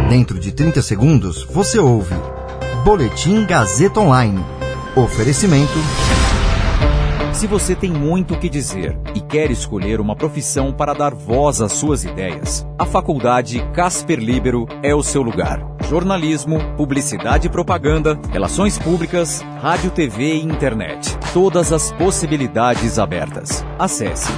Dentro de 30 segundos, você ouve Boletim Gazeta Online. Oferecimento... Se você tem muito o que dizer e quer escolher uma profissão para dar voz às suas ideias, a Faculdade Casper Líbero é o seu lugar. Jornalismo, publicidade e propaganda, relações públicas, rádio, TV e internet. Todas as possibilidades abertas. Acesse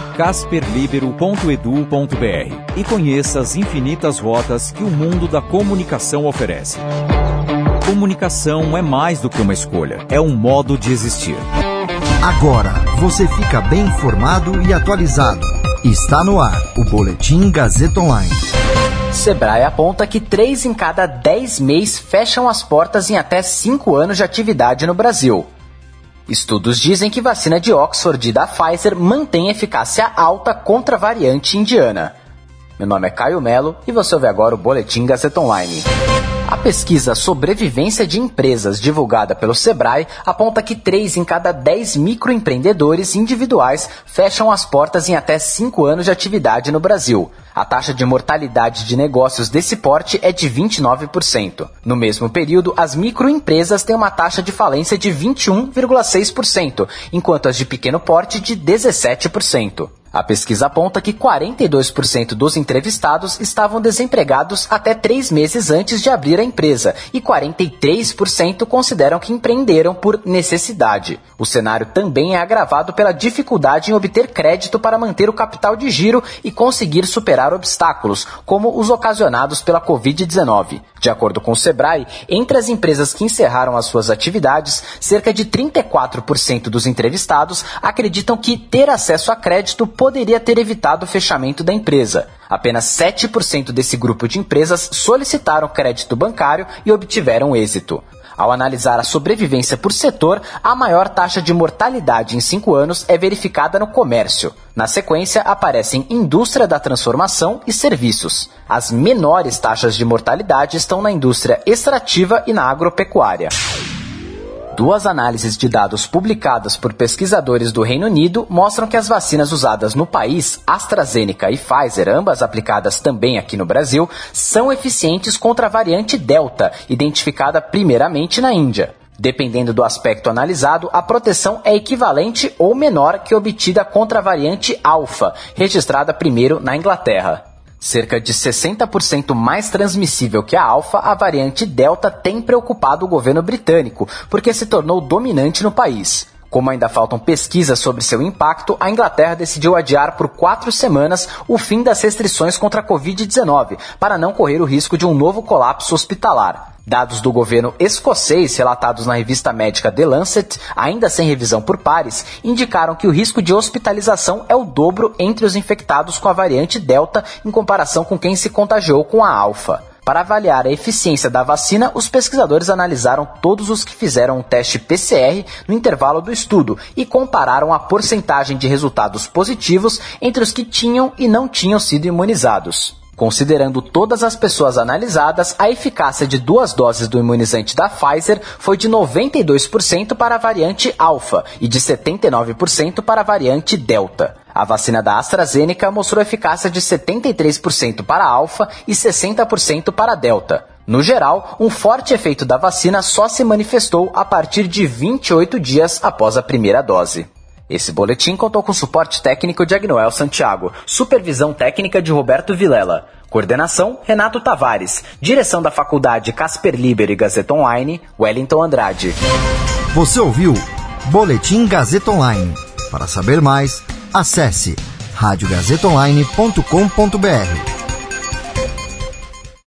casperlibero.edu.br e conheça as infinitas rotas que o mundo da comunicação oferece. Comunicação é mais do que uma escolha, é um modo de existir. Agora você fica bem informado e atualizado. Está no ar o Boletim Gazeta Online. Sebrae aponta que 3 em cada 10 MEIs fecham as portas em até 5 anos de atividade no Brasil. Estudos dizem que vacina de Oxford e da Pfizer mantém eficácia alta contra a variante indiana. Meu nome é Caio Melo e você ouve agora o Boletim Gazeta Online. A pesquisa Sobrevivência de Empresas, divulgada pelo Sebrae, aponta que 3 em cada 10 microempreendedores individuais fecham as portas em até 5 anos de atividade no Brasil. A taxa de mortalidade de negócios desse porte é de 29%. No mesmo período, as microempresas têm uma taxa de falência de 21,6%, enquanto as de pequeno porte de 17%. A pesquisa aponta que 42% dos entrevistados estavam desempregados até 3 meses antes de abrir a empresa e 43% consideram que empreenderam por necessidade. O cenário também é agravado pela dificuldade em obter crédito para manter o capital de giro e conseguir superar obstáculos, como os ocasionados pela Covid-19. De acordo com o Sebrae, entre as empresas que encerraram as suas atividades, cerca de 34% dos entrevistados acreditam que ter acesso a crédito poderia ter evitado o fechamento da empresa. Apenas 7% desse grupo de empresas solicitaram crédito bancário e obtiveram êxito. Ao analisar a sobrevivência por setor, a maior taxa de mortalidade em 5 anos é verificada no comércio. Na sequência, aparecem indústria da transformação e serviços. As menores taxas de mortalidade estão na indústria extrativa e na agropecuária. 2 análises de dados publicadas por pesquisadores do Reino Unido mostram que as vacinas usadas no país, AstraZeneca e Pfizer, ambas aplicadas também aqui no Brasil, são eficientes contra a variante Delta, identificada primeiramente na Índia. Dependendo do aspecto analisado, a proteção é equivalente ou menor que obtida contra a variante Alfa, registrada primeiro na Inglaterra. Cerca de 60% mais transmissível que a Alfa, a variante Delta tem preocupado o governo britânico, porque se tornou dominante no país. Como ainda faltam pesquisas sobre seu impacto, a Inglaterra decidiu adiar por 4 semanas o fim das restrições contra a Covid-19, para não correr o risco de um novo colapso hospitalar. Dados do governo escocês, relatados na revista médica The Lancet, ainda sem revisão por pares, indicaram que o risco de hospitalização é o dobro entre os infectados com a variante Delta em comparação com quem se contagiou com a Alfa. Para avaliar a eficiência da vacina, os pesquisadores analisaram todos os que fizeram um teste PCR no intervalo do estudo e compararam a porcentagem de resultados positivos entre os que tinham e não tinham sido imunizados. Considerando todas as pessoas analisadas, a eficácia de 2 doses do imunizante da Pfizer foi de 92% para a variante Alfa e de 79% para a variante Delta. A vacina da AstraZeneca mostrou eficácia de 73% para a Alfa e 60% para a Delta. No geral, um forte efeito da vacina só se manifestou a partir de 28 dias após a primeira dose. Esse boletim contou com suporte técnico de Agnoel Santiago, supervisão técnica de Roberto Vilela, coordenação Renato Tavares, direção da Faculdade Casper Líbero e Gazeta Online, Wellington Andrade. Você ouviu Boletim Gazeta Online. Para saber mais, acesse radiogazetaonline.com.br.